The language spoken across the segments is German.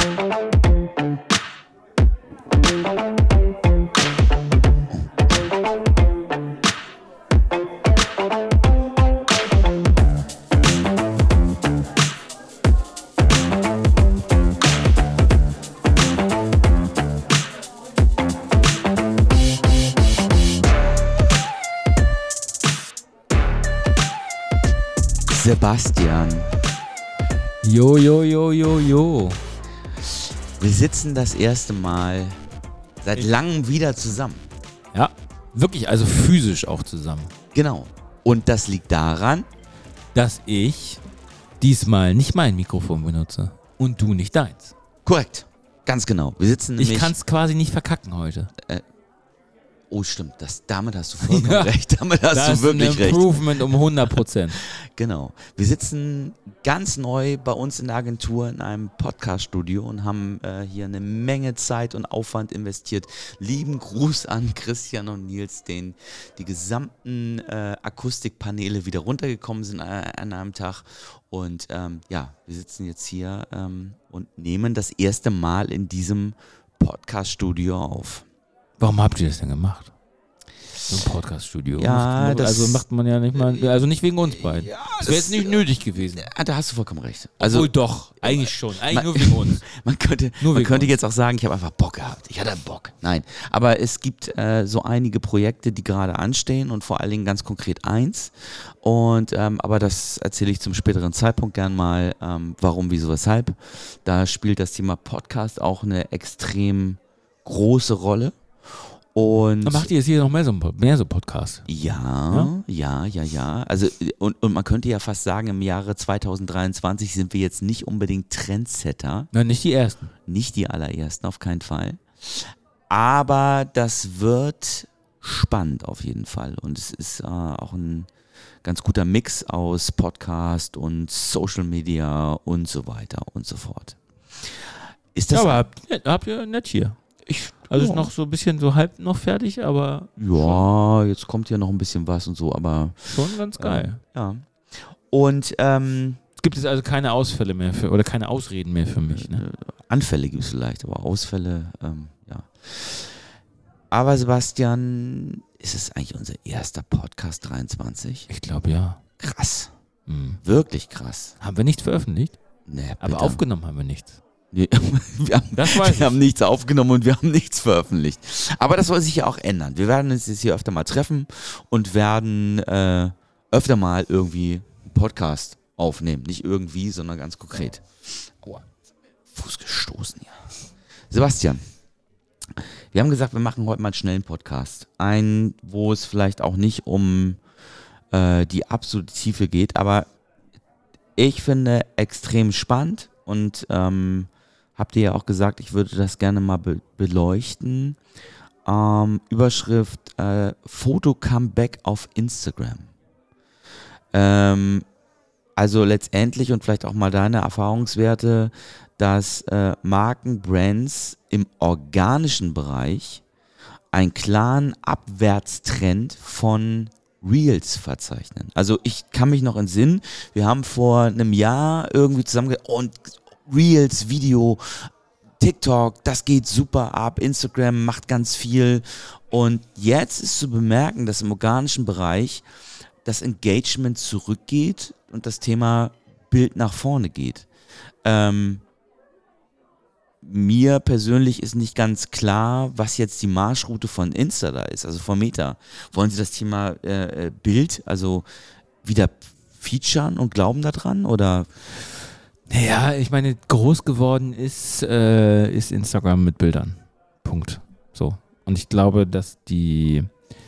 Sebastian. Jo. Wir sitzen das erste Mal seit langem wieder zusammen. Ja, wirklich, also physisch auch zusammen. Genau. Und das liegt daran, dass ich diesmal nicht mein Mikrofon benutze und du nicht deins. korrekt, ganz genau. Wir sitzen nämlich... Ich kann es quasi nicht verkacken heute. Oh, stimmt. Damit hast du vollkommen recht. Damit hast du wirklich recht. Das ist ein recht. Improvement um 100%. Genau. Wir sitzen ganz neu bei uns in der Agentur in einem Podcast-Studio und haben hier eine Menge Zeit und Aufwand investiert. Lieben Gruß an Christian und Nils, denen die gesamten Akustikpaneele wieder runtergekommen sind an einem Tag. Und wir sitzen jetzt hier und nehmen das erste Mal in diesem Podcast-Studio auf. Warum habt ihr das denn gemacht? So ein Podcast-Studio. Ja, also macht man ja nicht mal, also nicht wegen uns beiden. Ja, das wäre jetzt nicht nötig gewesen. Ja, da hast du vollkommen recht. Also doch, eigentlich schon. Eigentlich nur wegen uns. Man könnte jetzt auch sagen, ich habe einfach Bock gehabt. Ich hatte Bock. Nein, aber es gibt so einige Projekte, die gerade anstehen und vor allen Dingen ganz konkret eins. Und aber das erzähle ich zum späteren Zeitpunkt gern mal, warum, wieso, weshalb. Da spielt das Thema Podcast auch eine extrem große Rolle. Und dann macht ihr jetzt hier noch mehr so Podcasts? Ja. Also, und man könnte ja fast sagen, im Jahre 2023 sind wir jetzt nicht unbedingt Trendsetter. Nein, nicht die Ersten. Nicht die allerersten, auf keinen Fall. Aber das wird spannend auf jeden Fall. Und es ist auch ein ganz guter Mix aus Podcast und Social Media und so weiter und so fort. Ist das aber habt ihr nett hier. Also ist noch so ein bisschen so halb noch fertig, aber... Ja, jetzt kommt ja noch ein bisschen was und so, aber... Schon ganz geil. Ja. Und es gibt jetzt also keine Ausfälle mehr oder keine Ausreden mehr für mich. Ne? Anfälle gibt es vielleicht, aber Ausfälle, ja. Aber Sebastian, ist es eigentlich unser erster Podcast 23? Ich glaube ja. Krass. Wirklich krass. Haben wir nichts veröffentlicht? Nee, aber aufgenommen haben wir nichts. Nee, wir haben nichts aufgenommen und wir haben nichts veröffentlicht. Aber das soll sich ja auch ändern. Wir werden uns jetzt hier öfter mal treffen und werden öfter mal irgendwie einen Podcast aufnehmen. Nicht irgendwie, sondern ganz konkret. Aua, Fuß gestoßen hier. Sebastian, wir haben gesagt, wir machen heute mal einen schnellen Podcast. Einen, wo es vielleicht auch nicht um die absolute Tiefe geht, aber ich finde extrem spannend und habt ihr ja auch gesagt, ich würde das gerne mal beleuchten. Überschrift Foto-Comeback auf Instagram. Also letztendlich und vielleicht auch mal deine Erfahrungswerte, dass Marken, Brands im organischen Bereich einen klaren Abwärtstrend von Reels verzeichnen. Also ich kann mich noch entsinnen, wir haben vor einem Jahr irgendwie und Reels, Video, TikTok, das geht super ab, Instagram macht ganz viel und jetzt ist zu bemerken, dass im organischen Bereich das Engagement zurückgeht und das Thema Bild nach vorne geht. Mir persönlich ist nicht ganz klar, was jetzt die Marschroute von Insta da ist, also von Meta. Wollen Sie das Thema Bild also wieder featuren und glauben daran oder... Naja, ich meine, groß geworden ist Instagram mit Bildern. Punkt. So. Und ich glaube, dass die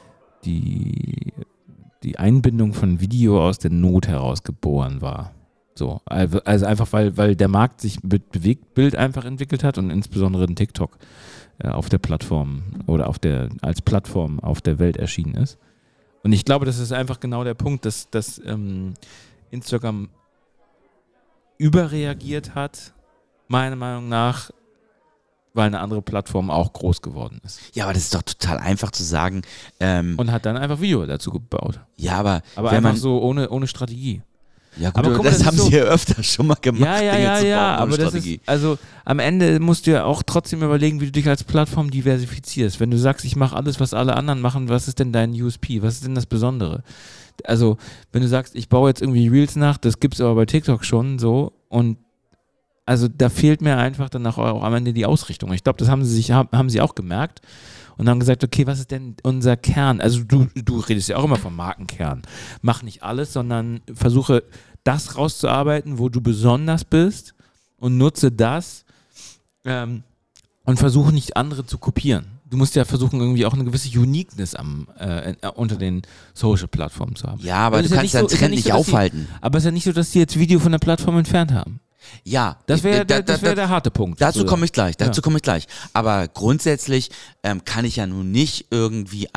Einbindung von Video aus der Not heraus geboren war. So. Also einfach, weil der Markt sich mit Bewegtbild einfach entwickelt hat und insbesondere in TikTok auf der Plattform oder als Plattform auf der Welt erschienen ist. Und ich glaube, das ist einfach genau der Punkt, dass Instagram überreagiert hat, meiner Meinung nach, weil eine andere Plattform auch groß geworden ist. Ja, aber das ist doch total einfach zu sagen. Und hat dann einfach Video dazu gebaut. Ja, aber wenn einfach so ohne Strategie. Ja gut, aber das haben sie ja öfter schon mal gemacht. Ja, aber das ist, also am Ende musst du ja auch trotzdem überlegen, wie du dich als Plattform diversifizierst. Wenn du sagst, ich mache alles, was alle anderen machen, was ist denn dein USP? Was ist denn das Besondere? Also, wenn du sagst, ich baue jetzt irgendwie Reels nach, das gibt's aber bei TikTok schon so und also da fehlt mir einfach dann auch am Ende die Ausrichtung. Ich glaube, das haben sie auch gemerkt und haben gesagt, okay, was ist denn unser Kern? Also du redest ja auch immer vom Markenkern. Mach nicht alles, sondern versuche das rauszuarbeiten, wo du besonders bist und nutze das und versuche nicht andere zu kopieren. Du musst ja versuchen, irgendwie auch eine gewisse Uniqueness unter den Social-Plattformen zu haben. Ja, aber du kannst deinen Trend nicht aufhalten. Aber es ist ja nicht so, dass die jetzt Video von der Plattform entfernt haben. Ja, das wäre der harte Punkt. Dazu komme ich gleich. Aber grundsätzlich kann ich ja nun nicht irgendwie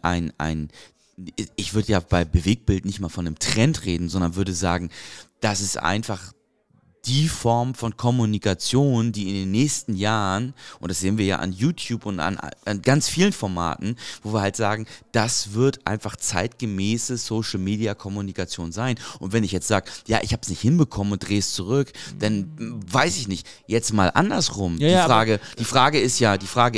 ich würde ja bei Bewegtbild nicht mal von einem Trend reden, sondern würde sagen, das ist einfach die Form von Kommunikation, die in den nächsten Jahren, und das sehen wir ja an YouTube und an ganz vielen Formaten, wo wir halt sagen, das wird einfach zeitgemäße Social-Media-Kommunikation sein. Und wenn ich jetzt sage, ja, ich habe es nicht hinbekommen und drehe es zurück, dann weiß ich nicht. Jetzt mal andersrum. Die Frage ist ja,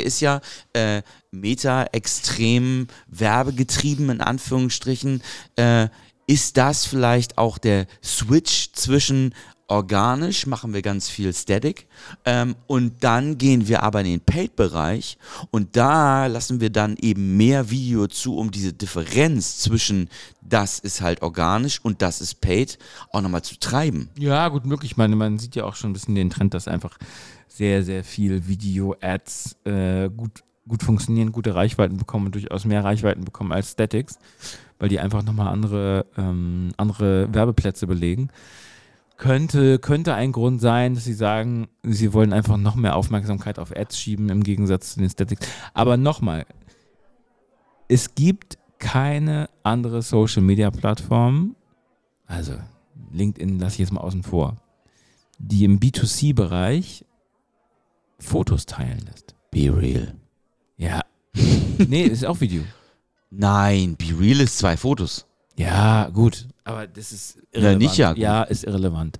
Meta extrem werbegetrieben, in Anführungsstrichen, ist das vielleicht auch der Switch zwischen organisch, machen wir ganz viel Static und dann gehen wir aber in den Paid-Bereich und da lassen wir dann eben mehr Video zu, um diese Differenz zwischen das ist halt organisch und das ist Paid auch nochmal zu treiben. Ja, gut möglich. Ich meine, man sieht ja auch schon ein bisschen den Trend, dass einfach sehr, sehr viel Video-Ads gut funktionieren, gute Reichweiten bekommen und durchaus mehr Reichweiten bekommen als Statics, weil die einfach nochmal andere Werbeplätze belegen. Könnte ein Grund sein, dass sie sagen, sie wollen einfach noch mehr Aufmerksamkeit auf Ads schieben im Gegensatz zu den Statics. Aber nochmal, es gibt keine andere Social-Media-Plattform, also LinkedIn lasse ich jetzt mal außen vor, die im B2C-Bereich Fotos teilen lässt. Be Real. Ja. Nee, ist auch Video. Nein, Be Real ist 2 Fotos. Ja, gut, aber das ist irrelevant. Ja, nicht ja. Ja, ist irrelevant.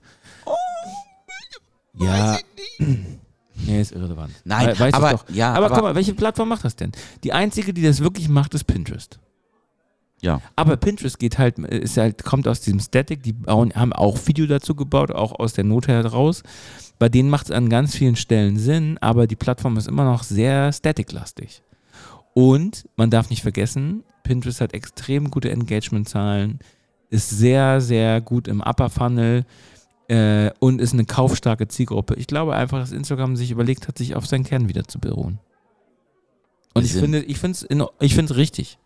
Ja. Nee, ist irrelevant. Nein, aber guck mal, welche Plattform macht das denn? Die einzige, die das wirklich macht, ist Pinterest. Ja. Aber Pinterest kommt aus diesem Static, die haben auch Video dazu gebaut, auch aus der Not heraus. Bei denen macht es an ganz vielen Stellen Sinn, aber die Plattform ist immer noch sehr static-lastig. Und man darf nicht vergessen, Pinterest hat extrem gute Engagement-Zahlen, ist sehr, sehr gut im Upper Funnel und ist eine kaufstarke Zielgruppe. Ich glaube einfach, dass Instagram sich überlegt hat, sich auf seinen Kern wieder zu beruhen. Und ich finde es richtig.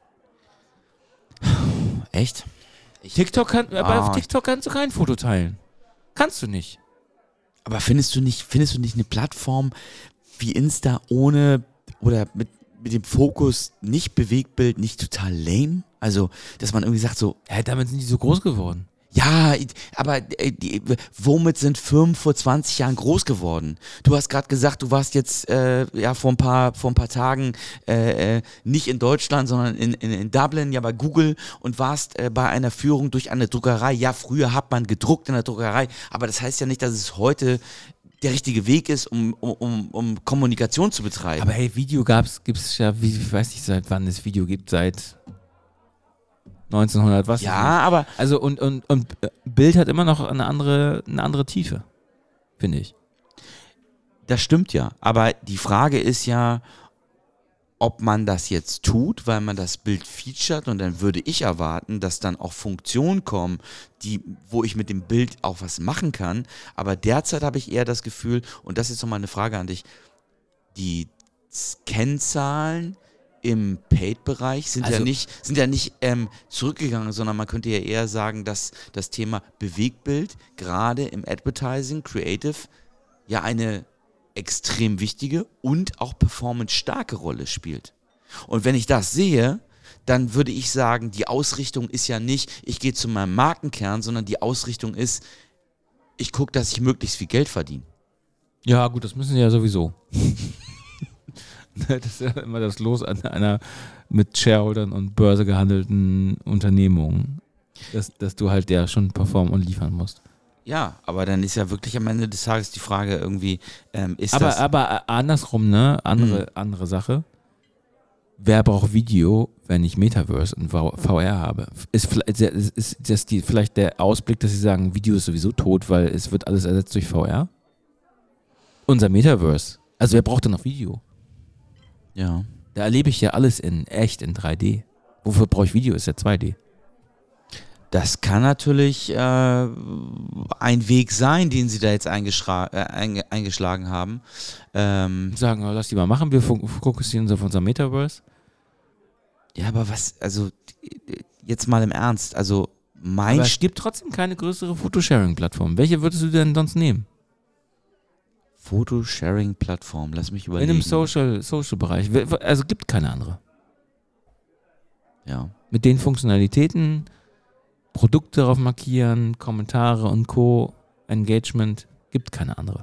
Echt? Auf TikTok kannst du kein Foto teilen. Kannst du nicht. Aber findest du nicht eine Plattform wie Insta ohne oder mit dem Fokus nicht Bewegtbild nicht total lame? Also, dass man irgendwie sagt so... Ja, damit sind die so groß geworden. Ja, aber womit sind Firmen vor 20 Jahren groß geworden? Du hast gerade gesagt, du warst jetzt vor ein paar Tagen nicht in Deutschland, sondern in Dublin, ja bei Google und warst bei einer Führung durch eine Druckerei. Ja, früher hat man gedruckt in der Druckerei, aber das heißt ja nicht, dass es heute der richtige Weg ist, um Kommunikation zu betreiben. Aber hey, Video gibt's ja, ich weiß nicht, seit wann es Video gibt, seit 1900, was? Ja, aber... Also und Bild hat immer noch eine andere Tiefe, finde ich. Das stimmt ja, aber die Frage ist ja, ob man das jetzt tut, weil man das Bild featuret und dann würde ich erwarten, dass dann auch Funktionen kommen, wo ich mit dem Bild auch was machen kann, aber derzeit habe ich eher das Gefühl, und das ist jetzt nochmal eine Frage an dich, die Kennzahlen im Paid-Bereich sind ja nicht zurückgegangen, sondern man könnte ja eher sagen, dass das Thema Bewegtbild gerade im Advertising, Creative ja eine extrem wichtige und auch performance-starke Rolle spielt. Und wenn ich das sehe, dann würde ich sagen, die Ausrichtung ist ja nicht, ich gehe zu meinem Markenkern, sondern die Ausrichtung ist, ich gucke, dass ich möglichst viel Geld verdiene. Ja gut, das müssen sie ja sowieso. Das ist ja immer das Los an einer mit Shareholdern und Börse gehandelten Unternehmung. dass du halt ja schon performen und liefern musst. Ja, aber dann ist ja wirklich am Ende des Tages die Frage irgendwie, aber andersrum, ne? Andere Sache. Wer braucht Video, wenn ich Metaverse und VR habe? Ist das vielleicht der Ausblick, dass sie sagen, Video ist sowieso tot, weil es wird alles ersetzt durch VR? Unser Metaverse. Also wer braucht denn noch Video? Ja. Da erlebe ich ja alles in echt, in 3D. Wofür brauche ich Video? Ist ja 2D. Das kann natürlich ein Weg sein, den sie da jetzt eingeschlagen haben. Sagen, lass die mal machen, wir fokussieren uns auf unser Metaverse. Ja, aber was, also jetzt mal im Ernst, also aber es gibt trotzdem keine größere Photosharing-Plattform. Welche würdest du denn sonst nehmen? Photosharing-Plattform, lass mich überlegen. In einem Social-Bereich, also gibt keine andere. Ja. Mit den Funktionalitäten, Produkte darauf markieren, Kommentare und Co., Engagement, gibt keine andere.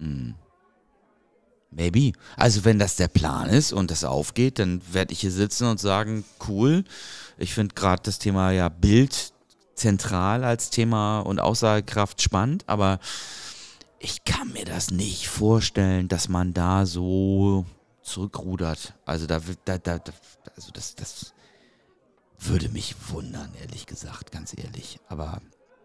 Maybe. Also wenn das der Plan ist und das aufgeht, dann werde ich hier sitzen und sagen, cool, ich finde gerade das Thema ja Bild zentral als Thema und Aussagekraft spannend, aber ich kann mir das nicht vorstellen, dass man da so zurückrudert. Also das würde mich wundern, ehrlich gesagt, ganz ehrlich. Aber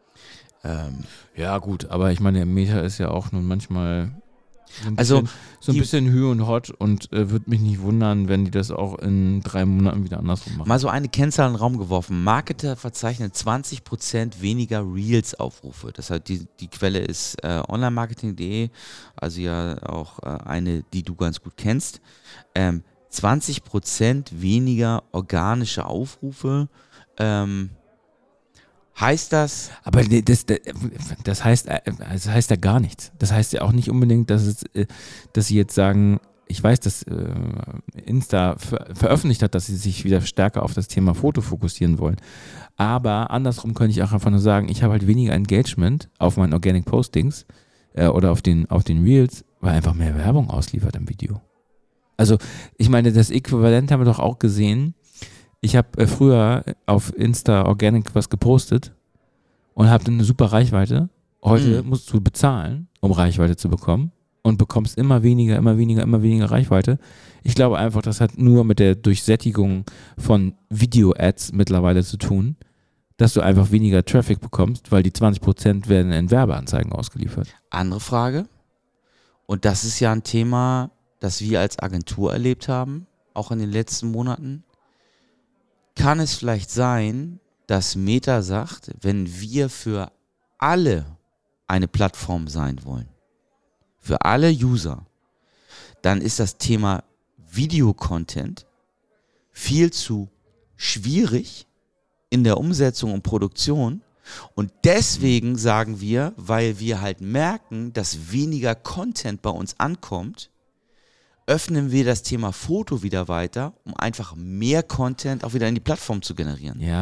ja gut, aber ich meine, der Meta ist ja auch nun manchmal so ein bisschen Hü und Hot und würde mich nicht wundern, wenn die das auch in 3 Monaten wieder andersrum machen. Mal so eine Kennzahl in den Raum geworfen. Marketer verzeichnen 20% weniger Reels-Aufrufe. Das heißt, die Quelle ist onlinemarketing.de, also ja auch eine, die du ganz gut kennst. 20% weniger organische Aufrufe. Heißt das? Aber das heißt ja gar nichts. Das heißt ja auch nicht unbedingt, dass sie jetzt sagen, ich weiß, dass Insta veröffentlicht hat, dass sie sich wieder stärker auf das Thema Foto fokussieren wollen. Aber andersrum könnte ich auch einfach nur sagen, ich habe halt weniger Engagement auf meinen Organic Postings oder auf den Reels, weil einfach mehr Werbung ausliefert im Video. Also ich meine, das Äquivalent haben wir doch auch gesehen. Ich habe früher auf Insta Organic was gepostet und habe dann eine super Reichweite. Heute musst du bezahlen, um Reichweite zu bekommen und bekommst immer weniger Reichweite. Ich glaube einfach, das hat nur mit der Durchsättigung von Video-Ads mittlerweile zu tun, dass du einfach weniger Traffic bekommst, weil die 20% werden in Werbeanzeigen ausgeliefert. Andere Frage. Und das ist ja ein Thema, das wir als Agentur erlebt haben, auch in den letzten Monaten. Kann es vielleicht sein, dass Meta sagt, wenn wir für alle eine Plattform sein wollen, für alle User, dann ist das Thema Videocontent viel zu schwierig in der Umsetzung und Produktion. Und deswegen sagen wir, weil wir halt merken, dass weniger Content bei uns ankommt, öffnen wir das Thema Foto wieder weiter, um einfach mehr Content auch wieder in die Plattform zu generieren. Ja,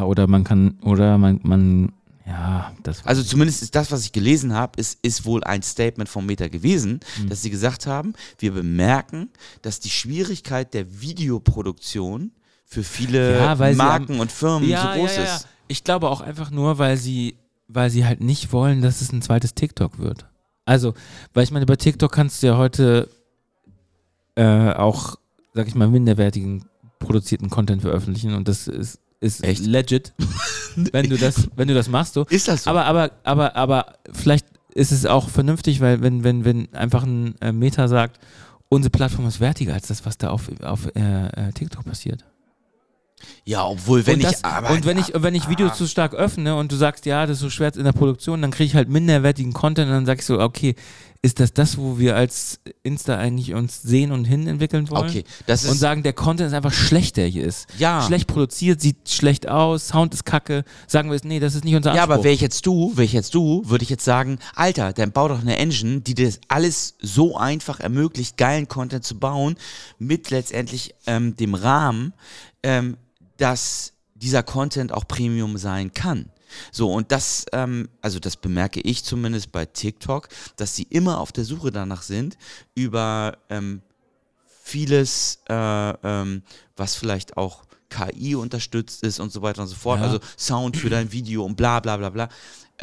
also zumindest ist das, was ich gelesen habe, ist wohl ein Statement von Meta gewesen, dass sie gesagt haben, wir bemerken, dass die Schwierigkeit der Videoproduktion für viele Marken und Firmen so groß ist. Ich glaube auch einfach nur, weil sie halt nicht wollen, dass es ein zweites TikTok wird. Also, weil ich meine, bei TikTok kannst du ja heute auch, sag ich mal, minderwertigen produzierten Content veröffentlichen und das ist echt legit, wenn du das machst. So. Ist das so? Aber vielleicht ist es auch vernünftig, weil wenn einfach ein Meta sagt, unsere Plattform ist wertiger als das, was da auf TikTok passiert. Ja, obwohl, wenn ich Videos zu stark öffne und du sagst, ja, das ist so schwer in der Produktion, dann kriege ich halt minderwertigen Content und dann sag ich so, okay, ist das, wo wir als Insta eigentlich uns sehen und hin entwickeln wollen? Okay, das ist und sagen, der Content ist einfach schlecht, der hier ist. Ja. Schlecht produziert, sieht schlecht aus, Sound ist kacke. Sagen wir es, nee, das ist nicht unser Anspruch. Ja, aber wäre ich jetzt du, würde ich jetzt sagen, Alter, dann bau doch eine Engine, die dir das alles so einfach ermöglicht, geilen Content zu bauen, mit letztendlich dem Rahmen, dass dieser Content auch Premium sein kann. So, und das, also das bemerke ich zumindest bei TikTok, dass sie immer auf der Suche danach sind, über vieles, was vielleicht auch KI unterstützt ist und so weiter und so fort, also Sound für dein Video und bla bla bla bla.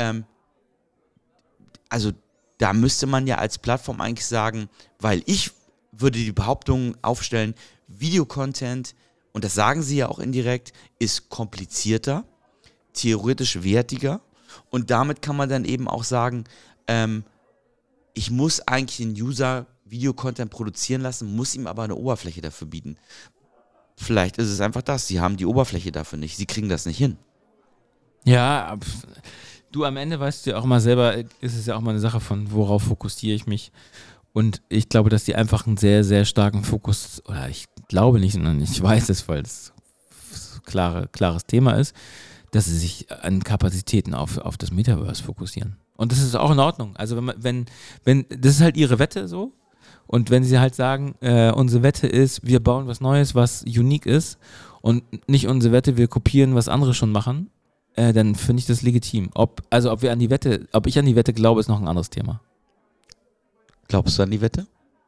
Also da müsste man ja als Plattform eigentlich sagen, weil ich würde die Behauptung aufstellen, Videocontent, und das sagen sie ja auch indirekt, ist komplizierter, theoretisch wertiger, und damit kann man dann eben auch sagen, ich muss eigentlich den User Videocontent produzieren lassen, muss ihm aber eine Oberfläche dafür bieten. Vielleicht ist es einfach das, sie haben die Oberfläche dafür nicht, sie kriegen das nicht hin. Ja, du, am Ende weißt du ja auch mal selber, ist es ja auch mal eine Sache von, worauf fokussiere ich mich. Und ich glaube, dass die einfach einen sehr, sehr starken Fokus, oder ich glaube nicht, sondern ich weiß es, weil es klares Thema ist, dass sie sich an Kapazitäten auf das Metaverse fokussieren. Und das ist auch in Ordnung. Also wenn das ist halt ihre Wette so. Und wenn sie halt sagen, unsere Wette ist, wir bauen was Neues, was unique ist, und nicht unsere Wette, wir kopieren, was andere schon machen, dann finde ich das legitim. Ob ich an die Wette glaube, ist noch ein anderes Thema. Glaubst du an die Wette?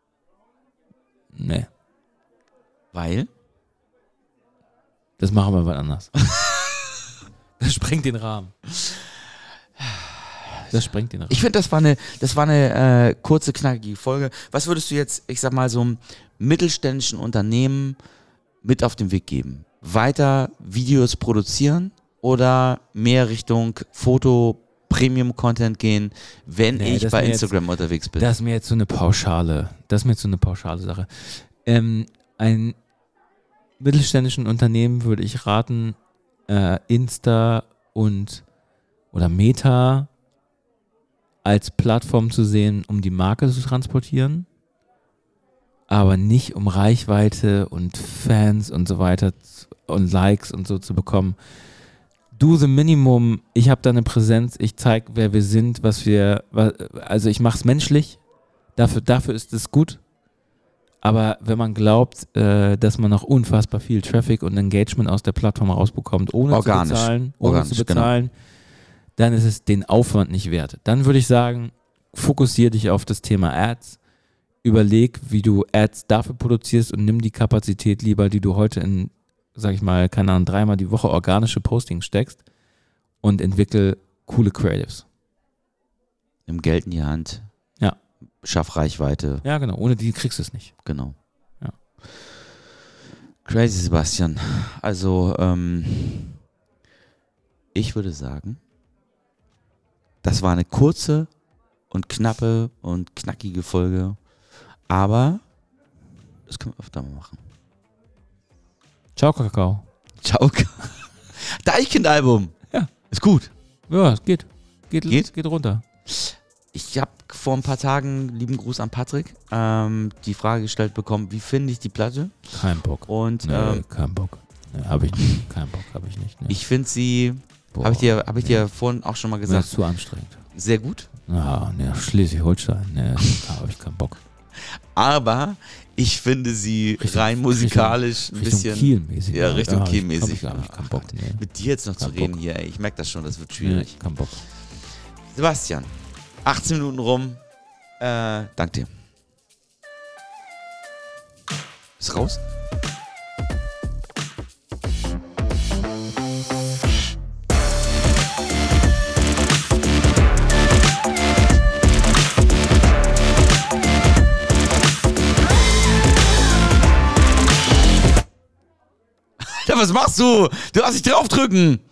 Nee. Weil? Das machen wir mal anders. Das sprengt den Rahmen. Ich finde, das war eine kurze, knackige Folge. Was würdest du jetzt, ich sag mal, so einem mittelständischen Unternehmen mit auf den Weg geben? Weiter Videos produzieren oder mehr Richtung Foto-Premium-Content gehen, wenn ich bei Instagram unterwegs bin? Das ist mir jetzt so eine pauschale Sache. Ein mittelständischen Unternehmen würde ich raten, Insta oder Meta als Plattform zu sehen, um die Marke zu transportieren, aber nicht um Reichweite und Fans und so weiter und Likes und so zu bekommen. Do the Minimum, ich habe da eine Präsenz, ich zeige, wer wir sind, also ich mache es menschlich, dafür ist es gut, aber wenn man glaubt, dass man noch unfassbar viel Traffic und Engagement aus der Plattform rausbekommt, ohne zu bezahlen, dann ist es den Aufwand nicht wert. Dann würde ich sagen, fokussiere dich auf das Thema Ads, überleg, wie du Ads dafür produzierst und nimm die Kapazität lieber, die du heute in, sag ich mal, keine Ahnung, 3-mal die Woche organische Postings steckst, und entwickel coole Creatives. Nimm Geld in die Hand. Ja. Schaff Reichweite. Ja, genau. Ohne die kriegst du es nicht. Genau. Ja. Crazy, Sebastian. Also, ich würde sagen, das war eine kurze und knappe und knackige Folge, aber das können wir öfter mal machen. Ciao, Kakao. Ciao. Deichkind-Album. Ja. Ist gut. Ja, es geht. Geht runter. Ich habe vor ein paar Tagen, lieben Gruß an Patrick, die Frage gestellt bekommen, wie finde ich die Platte? Kein Bock. Und, kein Bock. Nee, habe ich nicht. Kein Bock habe ich nicht. Nee. Ich finde sie, habe ich dir vorhin auch schon mal gesagt. Das ist zu anstrengend. Sehr gut. Ja, Schleswig-Holstein, da habe ich keinen Bock. Aber ich finde sie rein musikalisch ein bisschen... Richtung Kiel-mäßig. Ja, Richtung Kiel-mäßig. Hab ich keinen Bock. Nee. Mit dir jetzt noch zu reden hier, ey, ich merke das schon, das wird schwierig. Nee, kein Bock. Sebastian, 18 Minuten rum. Dank dir. Ist raus? Was machst du? Du darfst nicht draufdrücken.